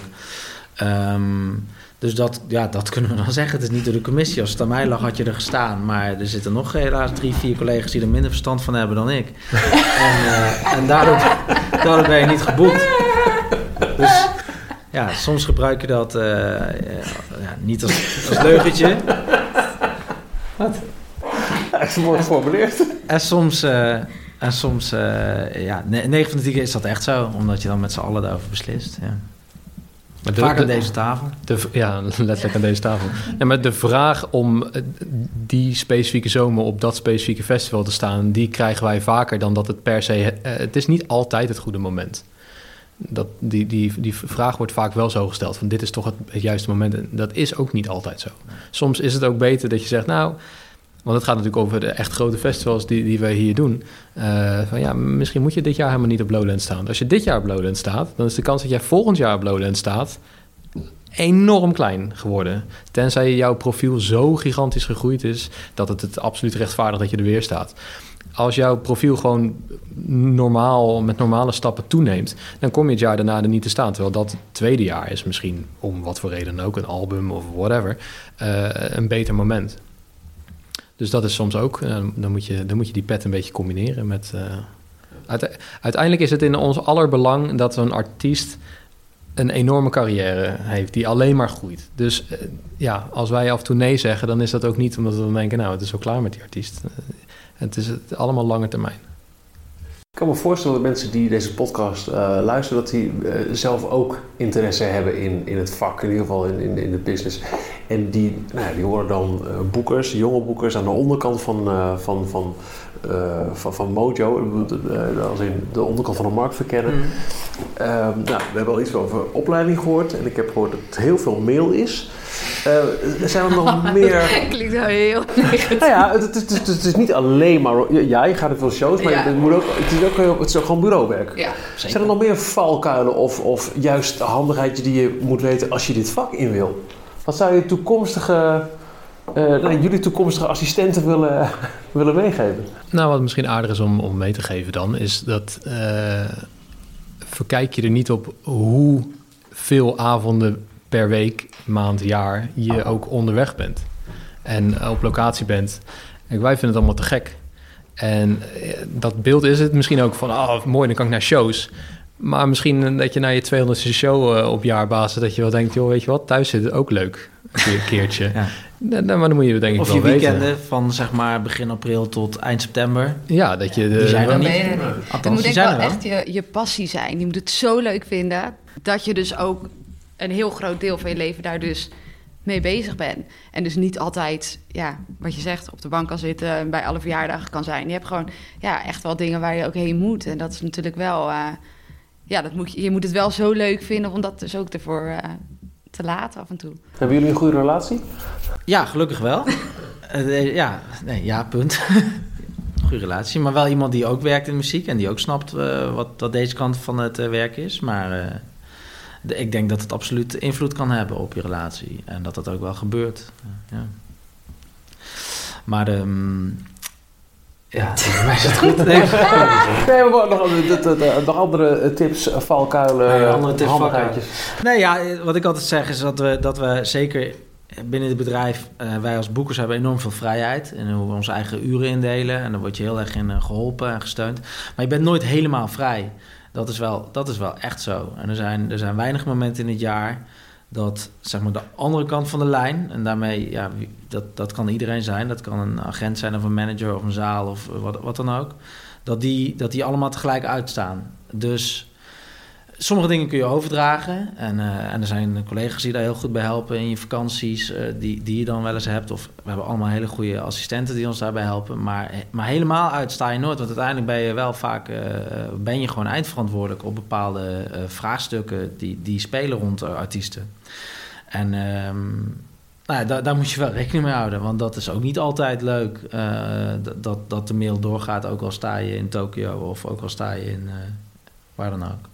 Dus dat kunnen we dan zeggen. Het is niet door de commissie. Als het aan mij lag, had je er gestaan. Maar er zitten nog helaas 3-4 collega's die er minder verstand van hebben dan ik. En daardoor ben je niet geboekt. Dus ja, soms gebruik je dat niet als leugentje. Wat? Ja, is mooi geformuleerd. En soms 9 van de 10 keer is dat echt zo. Omdat je dan met z'n allen daarover beslist. Ja. Maar vaak aan deze tafel. Letterlijk aan deze tafel. Ja, maar de vraag om die specifieke zomer op dat specifieke festival te staan... die krijgen wij vaker dan dat het per se... het is niet altijd het goede moment. Die vraag wordt vaak wel zo gesteld. Van dit is toch het juiste moment. En dat is ook niet altijd zo. Soms is het ook beter dat je zegt... Want het gaat natuurlijk over de echt grote festivals die wij hier doen. Misschien moet je dit jaar helemaal niet op Lowland staan. Als je dit jaar op Lowland staat... dan is de kans dat jij volgend jaar op Lowland staat... enorm klein geworden. Tenzij jouw profiel zo gigantisch gegroeid is... dat het absoluut rechtvaardigt dat je er weer staat. Als jouw profiel gewoon met normale stappen toeneemt... dan kom je het jaar daarna er niet te staan. Terwijl dat het tweede jaar is misschien... om wat voor reden ook, een album of whatever... een beter moment. Dus dat is soms ook, dan moet je die pet een beetje combineren met... Uiteindelijk is het in ons aller belang dat zo'n artiest een enorme carrière heeft die alleen maar groeit. Dus als wij af en toe nee zeggen, dan is dat ook niet omdat we dan denken... het is zo klaar met die artiest. Het is allemaal lange termijn. Ik kan me voorstellen dat mensen die deze podcast luisteren... dat die zelf ook interesse hebben in het vak, in ieder geval in de business. En die horen dan boekers, jonge boekers aan de onderkant van Mojo. Als in de onderkant van de markt verkennen. We hebben al iets over opleiding gehoord. En ik heb gehoord dat het heel veel mail is. Zijn er nog meer... Klinkt wel heel negatief. Het is niet alleen maar... Ja, je gaat naar veel shows, maar het is ook gewoon bureauwerk. Ja, zijn er nog meer valkuilen of juist handigheidje die je moet weten als je dit vak in wil? Wat zou je jullie toekomstige assistenten willen meegeven? Nou, wat misschien aardig is om mee te geven dan... is dat verkijk je er niet op hoeveel avonden per week, maand, jaar... je ook onderweg bent en op locatie bent. En wij vinden het allemaal te gek. En dat beeld is het misschien ook van... mooi, dan kan ik naar shows... Maar misschien dat je na je 200ste show op jaarbasis... dat je wel denkt, joh, weet je wat, thuis zit het ook leuk. Een keertje. Maar dan moet je denk ik wel weten. Of je weekenden van zeg maar begin april tot eind september. Ja, dat je... Die zijn er niet. Het moet denk ik wel echt je passie zijn. Je moet het zo leuk vinden... dat je dus ook een heel groot deel van je leven daar dus mee bezig bent. En dus niet altijd, wat je zegt, op de bank kan zitten... en bij alle verjaardagen kan zijn. Je hebt gewoon echt wel dingen waar je ook heen moet. En dat is natuurlijk wel... je moet het wel zo leuk vinden om dat dus ook ervoor te laten af en toe. Hebben jullie een goede relatie? Ja, gelukkig wel. Punt. Goede relatie, maar wel iemand die ook werkt in muziek... en die ook snapt wat deze kant van het werk is. Maar ik denk dat het absoluut invloed kan hebben op je relatie. En dat dat ook wel gebeurt. Ja. Maar voor mij is het goed. Nee, maar nog andere tips, valkuilen, andere tips, handigheidjes. Wat ik altijd zeg is dat we zeker binnen het bedrijf... wij als boekers hebben enorm veel vrijheid... in hoe we onze eigen uren indelen. En daar word je heel erg in geholpen en gesteund. Maar je bent nooit helemaal vrij. Dat is wel echt zo. En er zijn weinig momenten in het jaar... dat zeg maar de andere kant van de lijn, en daarmee, dat kan iedereen zijn, dat kan een agent zijn of een manager of een zaal of wat dan ook, dat die allemaal tegelijk uitstaan. Dus sommige dingen kun je overdragen en er zijn collega's die daar heel goed bij helpen in je vakanties, die je dan wel eens hebt. Of we hebben allemaal hele goede assistenten die ons daarbij helpen. Maar helemaal uit sta je nooit, want uiteindelijk ben je wel vaak ben je gewoon eindverantwoordelijk op bepaalde vraagstukken die spelen rond artiesten. En daar moet je wel rekening mee houden, want dat is ook niet altijd leuk dat de mail doorgaat, ook al sta je in Tokio of ook al sta je in waar dan ook.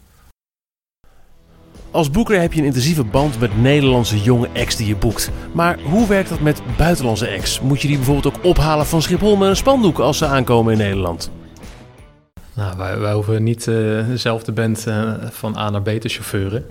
Als boeker heb je een intensieve band met Nederlandse jonge acts die je boekt. Maar hoe werkt dat met buitenlandse acts? Moet je die bijvoorbeeld ook ophalen van Schiphol met een spandoek als ze aankomen in Nederland? Nou, wij hoeven niet dezelfde band van A naar B te chauffeuren.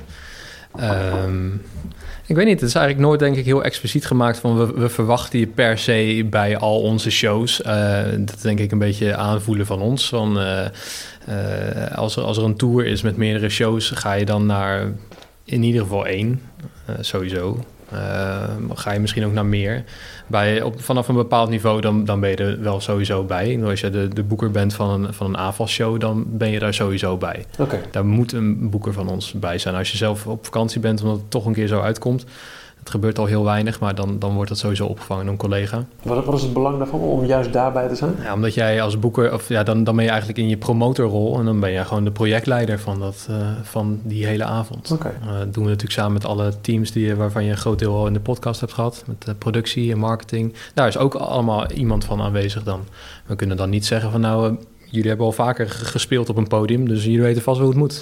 Ik weet niet, het is eigenlijk nooit denk ik heel expliciet gemaakt van we verwachten je per se bij al onze shows. Dat is denk ik een beetje aanvoelen van ons. Van, als er een tour is met meerdere shows, ga je dan naar in ieder geval 1, sowieso. Ga je misschien ook naar meer. Vanaf een bepaald niveau dan ben je er wel sowieso bij. En als je de boeker bent van een AFAS-show, dan ben je daar sowieso bij. Okay. Daar moet een boeker van ons bij zijn. Als je zelf op vakantie bent, omdat het toch een keer zo uitkomt. Het gebeurt al heel weinig, maar dan wordt dat sowieso opgevangen door een collega. Wat is het belang daarvan om juist daarbij te zijn? Ja, omdat jij als boeker, dan ben je eigenlijk in je promotorrol en dan ben je gewoon de projectleider van die hele avond. Okay. Dat doen we natuurlijk samen met alle teams waarvan je een groot deel al in de podcast hebt gehad. Met productie en marketing. Daar is ook allemaal iemand van aanwezig dan. We kunnen dan niet zeggen van jullie hebben al vaker gespeeld op een podium, dus jullie weten vast hoe het moet.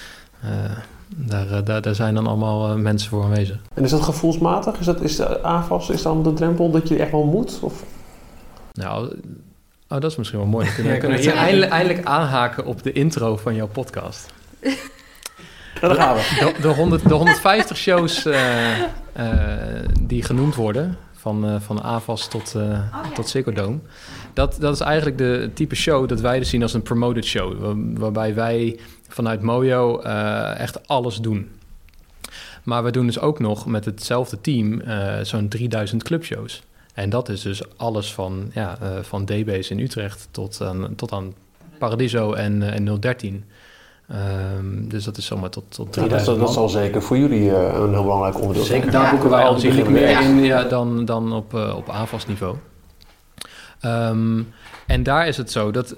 Daar zijn dan allemaal mensen voor aanwezig. En is dat gevoelsmatig? Is de AFAS dan de drempel dat je echt wel moet? Of? Nou, dat is misschien wel mooi. Dan kunnen we hier eindelijk aanhaken op de intro van jouw podcast. Daar gaan we. De 150 shows die genoemd worden, van AFAS tot Ziggo Dome. Dat is eigenlijk de type show dat wij dus zien als een promoted show. Waarbij wij vanuit Mojo echt alles doen. Maar we doen dus ook nog met hetzelfde team zo'n 3000 clubshows. En dat is dus alles van D-Base in Utrecht tot aan Paradiso en 013. Dus dat is zomaar tot 3000 dat zal zeker voor jullie een heel belangrijk onderdeel zijn. Zeker, daar boeken wij aanzienlijk meer in dan op AFAS niveau. En daar is het zo dat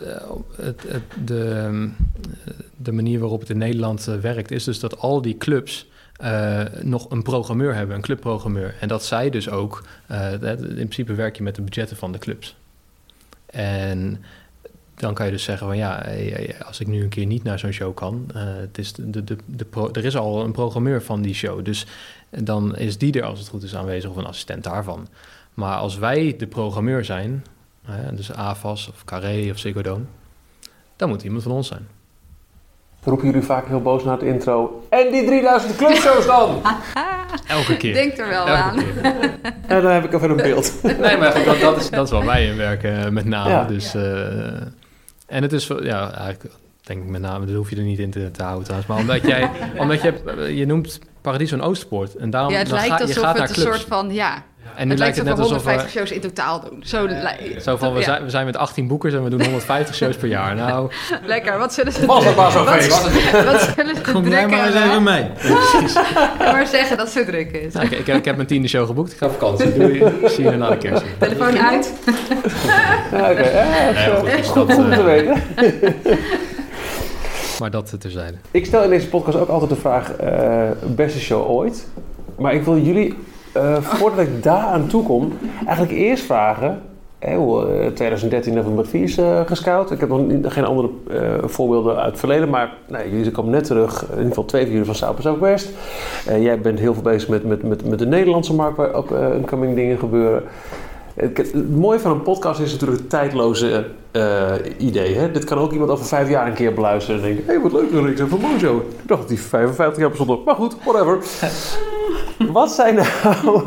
de manier waarop het in Nederland werkt, is dus dat al die clubs nog een programmeur hebben, een clubprogrammeur. En dat zij dus ook, in principe werk je met de budgetten van de clubs. En dan kan je dus zeggen van als ik nu een keer niet naar zo'n show kan, het is er is al een programmeur van die show. Dus dan is die er als het goed is aanwezig of een assistent daarvan. Maar als wij de programmeur zijn, dus AFAS of Carré of Ziggo Dome, dan moet iemand van ons zijn. Roepen jullie vaak heel boos naar het intro. En die 3000 clubshows dan? Elke keer. Denk er wel aan. En dan heb ik even een beeld. Nee, maar goed, dat is waar wij in werken met name. Ja. Dus, en het is, eigenlijk denk ik met name, dat hoef je er niet in te houden trouwens. Maar omdat je noemt Paradiso een Oostpoort. En daarom, het lijkt alsof je gaat het naar een clubs. soort van, En nu het lijkt lijkt het net alsof we alsof 150 shows in totaal doen. We zijn met 18 boekers en we doen 150 shows per jaar. Nou, lekker, wat zullen ze Was het maar zo'n feest. Wat zullen ze Kom jij maar eens even mee. maar zeggen dat ze druk is. nou, ik heb mijn 10e show geboekt. Ik ga op vakantie. Doei. Zie je na de kerst. Telefoon uit. Ja, oké. Goed om te weten. Maar dat terzijde. Ik stel in deze podcast ook altijd de vraag, beste show ooit. Maar ik wil jullie, voordat ik daar aan toe kom, eigenlijk eerst vragen. 2013 hebben we met Viers gescout. Ik heb nog geen andere voorbeelden uit het verleden. Maar jullie komen net terug. In ieder geval 2 van jullie van South by Southwest. Jij bent heel veel bezig met de Nederlandse markt, waar ook incoming dingen gebeuren. Het mooie van een podcast is natuurlijk het tijdloze idee. Hè? Dit kan ook iemand over 5 jaar een keer beluisteren en denken: hé, wat leuk, ik ben van Mojo. Ik dacht dat die 55 jaar bestond. Maar goed, whatever. Wat zijn nou...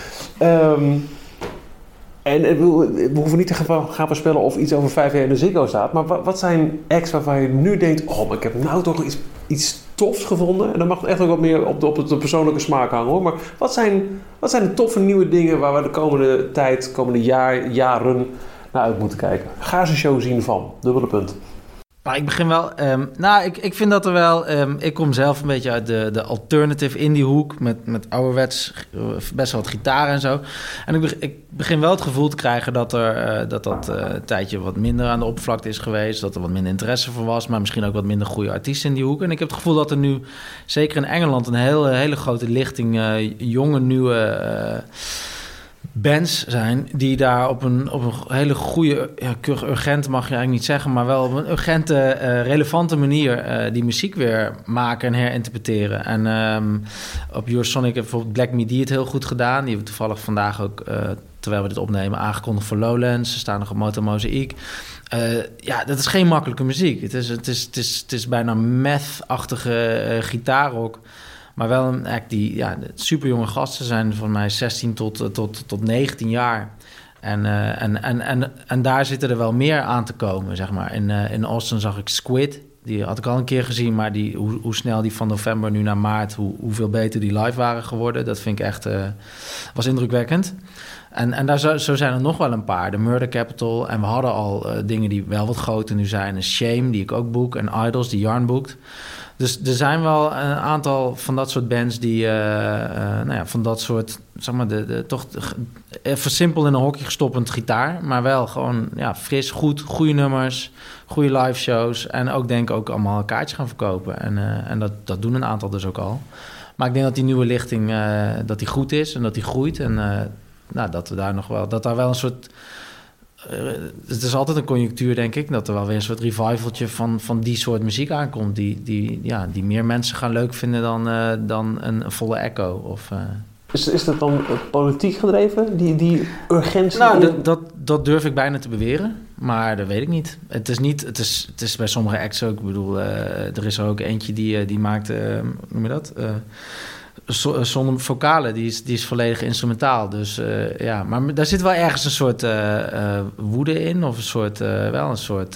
En we hoeven niet te gaan voorspellen of iets over 5 jaar in de Ziggo staat. Maar wat zijn acts waarvan je nu denkt: oh, maar ik heb nou toch iets tofs gevonden? En dat mag echt ook wat meer op de persoonlijke smaak hangen, hoor. Maar wat zijn de toffe nieuwe dingen waar we de komende jaren naar uit moeten kijken? Ga eens een show zien van. Dubbele punt. Maar ik begin wel... ik vind dat er wel... ik kom zelf een beetje uit de alternative indie hoek... met ouderwets best wel wat gitaar en zo. En ik begin wel het gevoel te krijgen... dat een tijdje wat minder aan de oppervlakte is geweest... dat er wat minder interesse voor was... maar misschien ook wat minder goede artiesten in die hoek. En ik heb het gevoel dat er nu, zeker in Engeland... een hele grote lichting jonge, nieuwe... bands zijn die daar op een hele goede, urgent mag je eigenlijk niet zeggen, maar wel op een urgente, relevante manier die muziek weer maken en herinterpreteren. En op Eurosonic heeft bijvoorbeeld Black Midi het heel goed gedaan. Die hebben toevallig vandaag ook, terwijl we dit opnemen, aangekondigd voor Lowlands. Ze staan nog op Motor Mosaic. Dat is geen makkelijke muziek. Het is bijna meth-achtige gitaarrock. Maar wel een act die super jonge gasten zijn, van mij 16 tot 19 jaar. En daar zitten er wel meer aan te komen, zeg maar. In Austin zag ik Squid. Die had ik al een keer gezien, maar hoe snel die van november nu naar maart... hoeveel beter die live waren geworden, dat vind ik echt... was indrukwekkend. En daar zo zijn er nog wel een paar. De Murder Capital. En we hadden al dingen die wel wat groter nu zijn. Een Shame, die ik ook boek. En Idols, die Jarn boekt. Dus er zijn wel een aantal van dat soort bands die... van dat soort... zeg maar, toch even simpel in een hokje gestoppend gitaar. Maar wel gewoon fris, goed, goede nummers, goede live shows. En ook denk ik ook allemaal een kaartje gaan verkopen. En dat doen een aantal dus ook al. Maar ik denk dat die nieuwe lichting dat die goed is en dat die groeit. En dat we daar nog wel... dat daar wel een soort... het is altijd een conjunctuur, denk ik... dat er wel weer een soort revivaltje van die soort muziek aankomt... die meer mensen gaan leuk vinden dan een volle Echo. Of, Is dat dan politiek gedreven, die urgentie? Nou, dat durf ik bijna te beweren, maar dat weet ik niet. Het is bij sommige acts ook... Ik bedoel, er is er ook eentje die maakt... hoe noem je dat? Zonder vocalen, die is volledig instrumentaal. Dus maar daar zit wel ergens een soort woede in, of een soort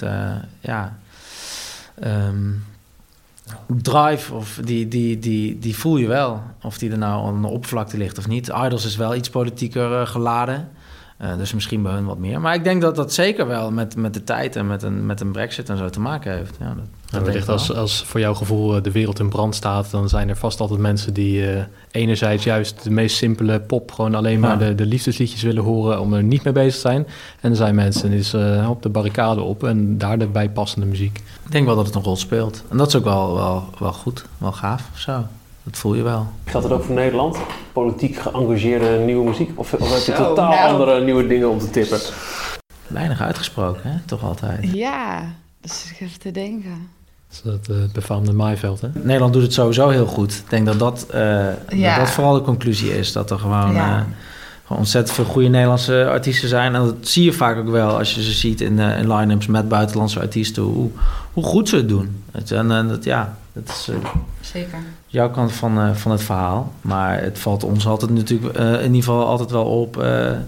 drive, of die voel je wel. Of die er nou aan de oppervlakte ligt of niet. Idols is wel iets politieker geladen. Dus misschien bij hun wat meer. Maar ik denk dat dat zeker wel met de tijd en met een Brexit en zo te maken heeft. Ja, dat wellicht als voor jouw gevoel de wereld in brand staat... dan zijn er vast altijd mensen die enerzijds juist de meest simpele pop... gewoon alleen maar de liefdesliedjes willen horen om er niet mee bezig te zijn. En er zijn mensen die op de barricade op en daar de bijpassende muziek. Ik denk wel dat het een rol speelt. En dat is ook wel goed, wel gaaf of zo. Dat voel je wel. Geldt het ook voor Nederland? Politiek geëngageerde nieuwe muziek? Of heb je totaal andere nieuwe dingen om te tippen? Weinig uitgesproken, hè? Toch altijd. Ja, dus ik even te denken. Dat is het befaamde maaiveld, hè? Nederland doet het sowieso heel goed. Ik denk dat dat vooral de conclusie is. Dat er gewoon ontzettend veel goede Nederlandse artiesten zijn. En dat zie je vaak ook wel als je ze ziet in line-ups met buitenlandse artiesten. Hoe goed ze het doen. Dat is zeker jouw kant van het verhaal. Maar het valt ons altijd natuurlijk in ieder geval altijd wel op...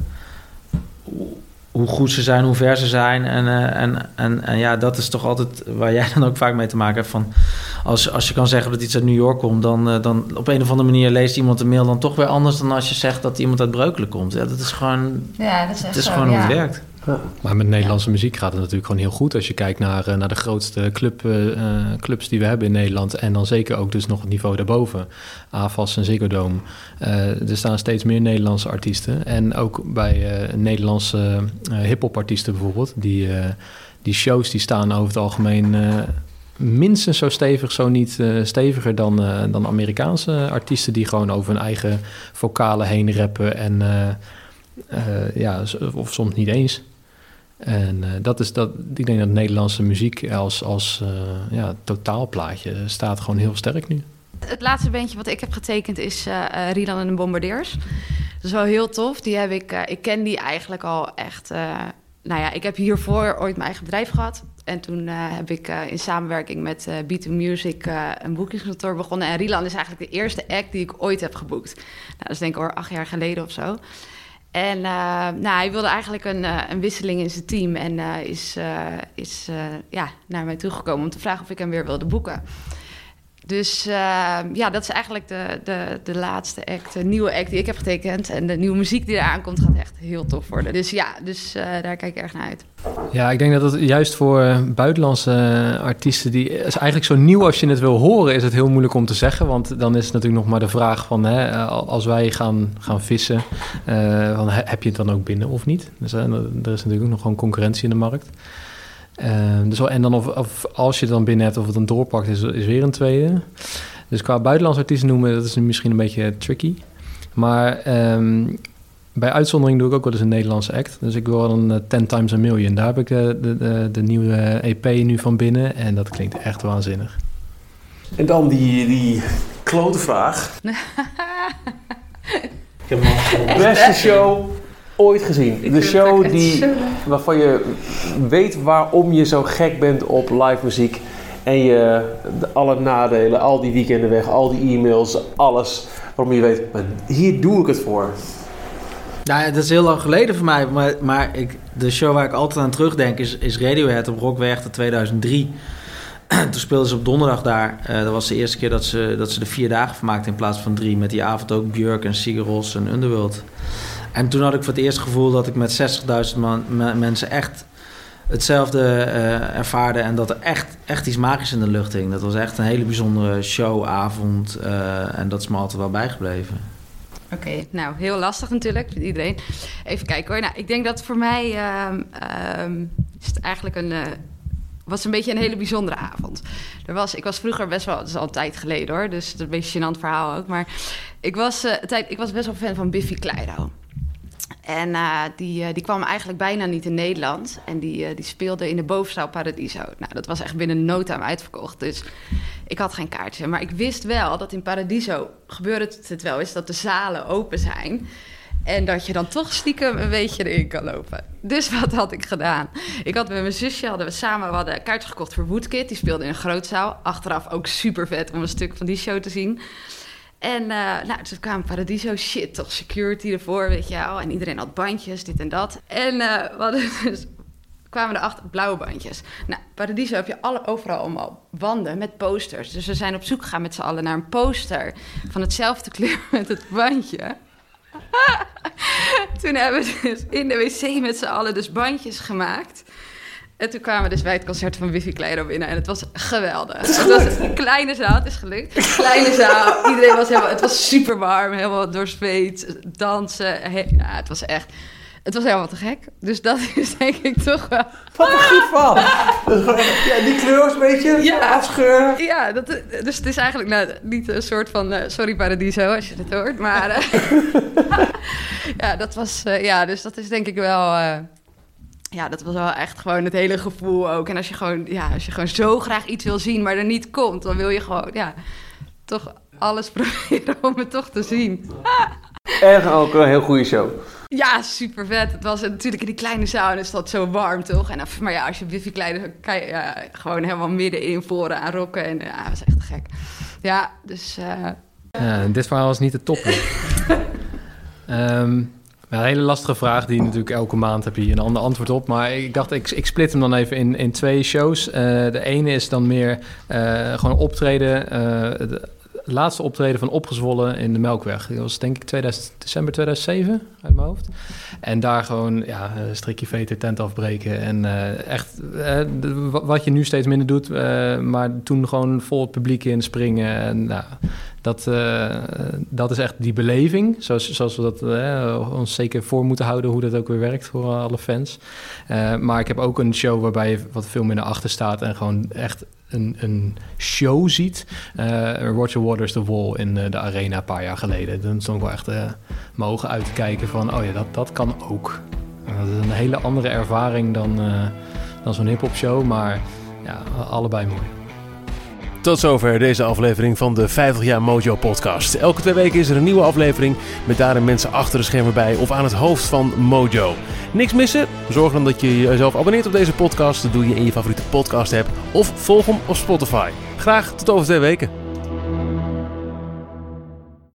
hoe goed ze zijn, hoe ver ze zijn. En dat is toch altijd waar jij dan ook vaak mee te maken hebt. Van als je kan zeggen dat iets uit New York komt... dan op een of andere manier leest iemand de mail dan toch weer anders... dan als je zegt dat iemand uit Breukelen komt. Ja, dat is gewoon... Ja, dat is echt het is zo, gewoon hoe het werkt. Ja. Maar met Nederlandse muziek gaat het natuurlijk gewoon heel goed... als je kijkt naar de grootste clubs die we hebben in Nederland... en dan zeker ook dus nog het niveau daarboven. AFAS en Ziggo Dome. Er staan steeds meer Nederlandse artiesten. En ook bij Nederlandse hip-hop artiesten bijvoorbeeld... die shows die staan over het algemeen... minstens zo stevig, zo niet steviger dan Amerikaanse artiesten... die gewoon over hun eigen vocalen heen rappen en... of soms niet eens. En ik denk dat Nederlandse muziek als totaalplaatje staat gewoon heel sterk nu. Het laatste bandje wat ik heb getekend is Rilan en de Bombardiers. Dat is wel heel tof. Die heb ik ken die eigenlijk al echt... ik heb hiervoor ooit mijn eigen bedrijf gehad. En toen heb ik in samenwerking met B2 Music een boekingskantoor begonnen. En Rilan is eigenlijk de eerste act die ik ooit heb geboekt. Dat is denk ik al 8 jaar geleden of zo. En hij wilde eigenlijk een wisseling in zijn team. En is naar mij toegekomen om te vragen of ik hem weer wilde boeken. Dus dat is eigenlijk de laatste act, de nieuwe act die ik heb getekend. En de nieuwe muziek die eraan komt gaat echt heel tof worden. Dus daar kijk ik erg naar uit. Ja, ik denk dat het juist voor buitenlandse artiesten... is eigenlijk zo nieuw als je het wil horen, is het heel moeilijk om te zeggen. Want dan is het natuurlijk nog maar de vraag van... als wij gaan vissen, heb je het dan ook binnen of niet? Dus er is natuurlijk ook nog gewoon concurrentie in de markt. En dan of als je het dan binnen hebt of het dan doorpakt, is weer een tweede. Dus qua buitenlandse artiesten noemen, dat is misschien een beetje tricky. Maar bij uitzondering doe ik ook wel eens een Nederlandse act. Dus ik wil dan 10 Times a Million. Daar heb ik de nieuwe EP nu van binnen. En dat klinkt echt waanzinnig. En dan die klote vraag. Ik heb de beste show ooit gezien. De show waarvan je weet waarom je zo gek bent op live muziek. En je alle nadelen, al die weekenden weg, al die e-mails, alles. Waarom je weet, maar hier doe ik het voor. Nou, dat is heel lang geleden voor mij. Maar de show waar ik altijd aan terugdenk is Radiohead op Rock Werchter 2003. Toen speelden ze op donderdag daar. Dat was de eerste keer dat ze er 4 dagen van maakten in plaats van 3. Met die avond ook Björk en Sigur Rós en Underworld. En toen had ik voor het eerst het gevoel dat ik met 60.000 mensen echt hetzelfde ervaarde. En dat er echt iets magisch in de lucht hing. Dat was echt een hele bijzondere showavond. En dat is me altijd wel bijgebleven. Oké, nou, heel lastig natuurlijk voor iedereen. Even kijken hoor. Nou, ik denk dat voor mij is het eigenlijk was een beetje een hele bijzondere avond. Ik was vroeger best wel, dat is al een tijd geleden hoor, dus het is een beetje een gênant verhaal ook. Maar ik was best wel fan van Biffy Clyro. En die kwam eigenlijk bijna niet in Nederland. En die speelde in de bovenzaal Paradiso. Nou, dat was echt binnen no time uitverkocht. Dus ik had geen kaartje. Maar ik wist wel dat in Paradiso gebeurde het wel eens dat de zalen open zijn. En dat je dan toch stiekem een beetje erin kan lopen. Dus wat had ik gedaan? Ik had met mijn zusje, we hadden een kaartje gekocht voor Woodkid. Die speelde in een grootzaal. Achteraf ook super vet om een stuk van die show te zien. En dus kwam Paradiso, shit, toch security ervoor, weet je wel. En iedereen had bandjes, dit en dat. En kwamen erachter blauwe bandjes. Nou, Paradiso heb je overal allemaal wanden met posters. Dus we zijn op zoek gegaan met z'n allen naar een poster van hetzelfde kleur met het bandje. Toen hebben we dus in de wc met z'n allen dus bandjes gemaakt. En toen kwamen we dus bij het concert van Biffy Clyro binnen. En het was geweldig. Het was een kleine zaal, het is gelukt. Kleine zaal, iedereen was het was super warm, helemaal doorzweet, dansen. Het was helemaal te gek. Dus dat is denk ik toch wel... Wat een goed van. Ja, die kleur is een beetje afscheuren. Ja, dus het is eigenlijk niet een soort van... sorry Paradiso, als je het hoort. Maar dat was... dus dat is denk ik wel... dat was wel echt gewoon het hele gevoel ook. En als je gewoon zo graag iets wil zien, maar er niet komt... dan wil je gewoon, toch alles proberen om het toch te zien. En ook een heel goede show. Ja, super vet. Het was natuurlijk in die kleine zaal en is dat zo warm, toch? En maar als je Biffy Clyro kan je gewoon helemaal middenin vooraan rocken. En het was echt gek. Ja, dus... dit verhaal was niet de top. Een hele lastige vraag die natuurlijk elke maand heb je een ander antwoord op. Maar ik dacht, ik split hem dan even in 2 shows. De ene is dan meer gewoon optreden... Het laatste optreden van Opgezwollen in de Melkweg. Dat was denk ik december 2007 uit mijn hoofd. En daar gewoon strikje veter, tent afbreken. En echt wat je nu steeds minder doet. Maar toen gewoon vol het publiek in springen. En dat is echt die beleving. Zoals we dat ons zeker voor moeten houden. Hoe dat ook weer werkt voor alle fans. Maar ik heb ook een show waarbij je wat veel meer naar achter staat. En gewoon echt... Een show ziet. Roger Waters The Wall in de Arena een paar jaar geleden. Dan stond ik wel echt mijn ogen uit te kijken van... dat kan ook. Dat is een hele andere ervaring dan zo'n hip-hop show. Maar allebei mooi. Tot zover deze aflevering van de 50 jaar Mojo podcast. Elke 2 weken is er een nieuwe aflevering met daarin mensen achter de schermen bij of aan het hoofd van Mojo. Niks missen? Zorg dan dat je jezelf abonneert op deze podcast. Dat doe je in je favoriete podcast app of volg hem op Spotify. Graag tot over 2 weken.